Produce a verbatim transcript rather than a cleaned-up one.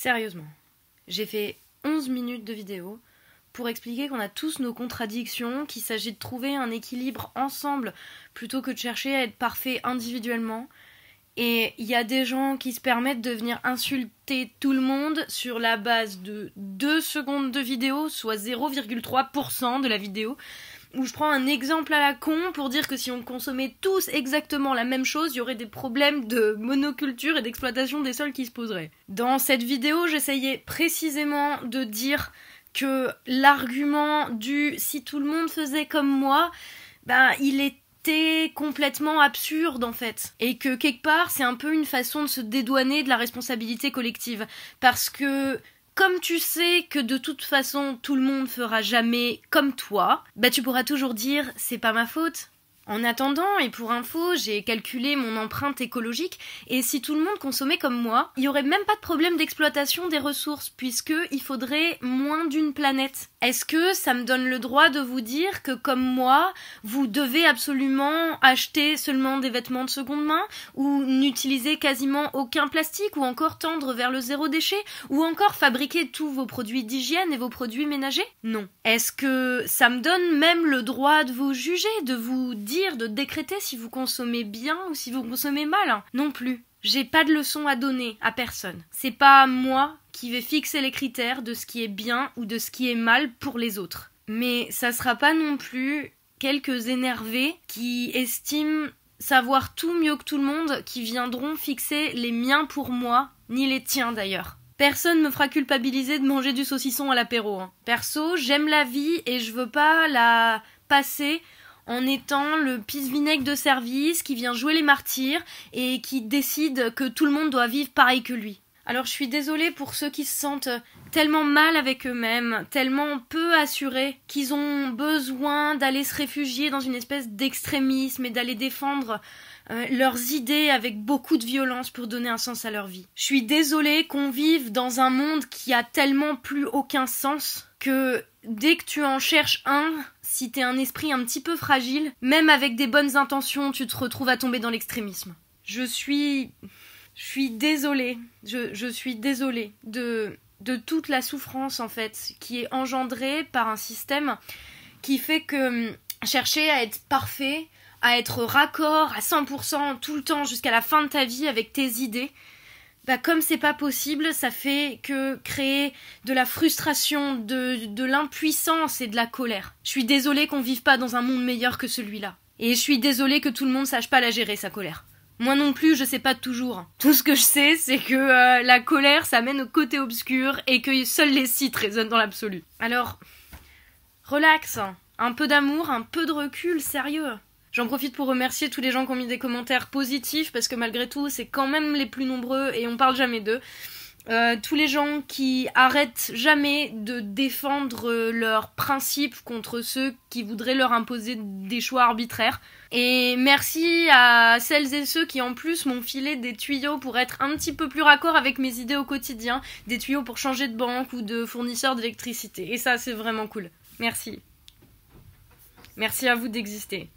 Sérieusement, j'ai fait onze minutes de vidéo pour expliquer qu'on a tous nos contradictions, qu'il s'agit de trouver un équilibre ensemble plutôt que de chercher à être parfait individuellement. Et il y a des gens qui se permettent de venir insulter tout le monde sur la base de deux secondes de vidéo, soit zéro virgule trois pour cent de la vidéo, où je prends un exemple à la con pour dire que si on consommait tous exactement la même chose, il y aurait des problèmes de monoculture et d'exploitation des sols qui se poseraient. Dans cette vidéo, j'essayais précisément de dire que l'argument du « si tout le monde faisait comme moi », ben, il est complètement absurde en fait, et que quelque part c'est un peu une façon de se dédouaner de la responsabilité collective, parce que comme tu sais que de toute façon tout le monde fera jamais comme toi, bah tu pourras toujours dire c'est pas ma faute. En attendant, et pour info, j'ai calculé mon empreinte écologique, et si tout le monde consommait comme moi, il y aurait même pas de problème d'exploitation des ressources, puisque il faudrait moins d'une planète. Est-ce que ça me donne le droit de vous dire que, comme moi, vous devez absolument acheter seulement des vêtements de seconde main, ou n'utiliser quasiment aucun plastique, ou encore tendre vers le zéro déchet, ou encore fabriquer tous vos produits d'hygiène et vos produits ménagers? Non. Est-ce que ça me donne même le droit de vous juger, de vous dire de décréter si vous consommez bien ou si vous consommez mal? Non plus. J'ai pas de leçon à donner à personne. C'est pas moi qui vais fixer les critères de ce qui est bien ou de ce qui est mal pour les autres. Mais ça sera pas non plus quelques énervés qui estiment savoir tout mieux que tout le monde qui viendront fixer les miens pour moi, ni les tiens d'ailleurs. Personne me fera culpabiliser de manger du saucisson à l'apéro. Hein. Perso, j'aime la vie et je veux pas la passer en étant le pisse-vinaigre de service qui vient jouer les martyrs et qui décide que tout le monde doit vivre pareil que lui. Alors je suis désolée pour ceux qui se sentent tellement mal avec eux-mêmes, tellement peu assurés, qu'ils ont besoin d'aller se réfugier dans une espèce d'extrémisme et d'aller défendre euh, leurs idées avec beaucoup de violence pour donner un sens à leur vie. Je suis désolée qu'on vive dans un monde qui a tellement plus aucun sens que dès que tu en cherches un, si t'es un esprit un petit peu fragile, même avec des bonnes intentions, tu te retrouves à tomber dans l'extrémisme. Je suis... Je suis désolée, je, je suis désolée de, de toute la souffrance en fait qui est engendrée par un système qui fait que chercher à être parfait, à être raccord à cent pour cent tout le temps jusqu'à la fin de ta vie avec tes idées, bah comme c'est pas possible, ça fait que créer de la frustration, de, de l'impuissance et de la colère. Je suis désolée qu'on vive pas dans un monde meilleur que celui-là. Et je suis désolée que tout le monde sache pas la gérer, sa colère. Moi non plus, je sais pas toujours. Tout ce que je sais, c'est que euh, la colère, ça mène au côté obscur et que seuls les sites résonnent dans l'absolu. Alors, relax, un peu d'amour, un peu de recul, sérieux. J'en profite pour remercier tous les gens qui ont mis des commentaires positifs, parce que malgré tout, c'est quand même les plus nombreux et on parle jamais d'eux. Euh, tous les gens qui arrêtent jamais de défendre leurs principes contre ceux qui voudraient leur imposer des choix arbitraires. Et merci à celles et ceux qui en plus m'ont filé des tuyaux pour être un petit peu plus raccord avec mes idées au quotidien, des tuyaux pour changer de banque ou de fournisseur d'électricité. Et ça, c'est vraiment cool. Merci. Merci à vous d'exister.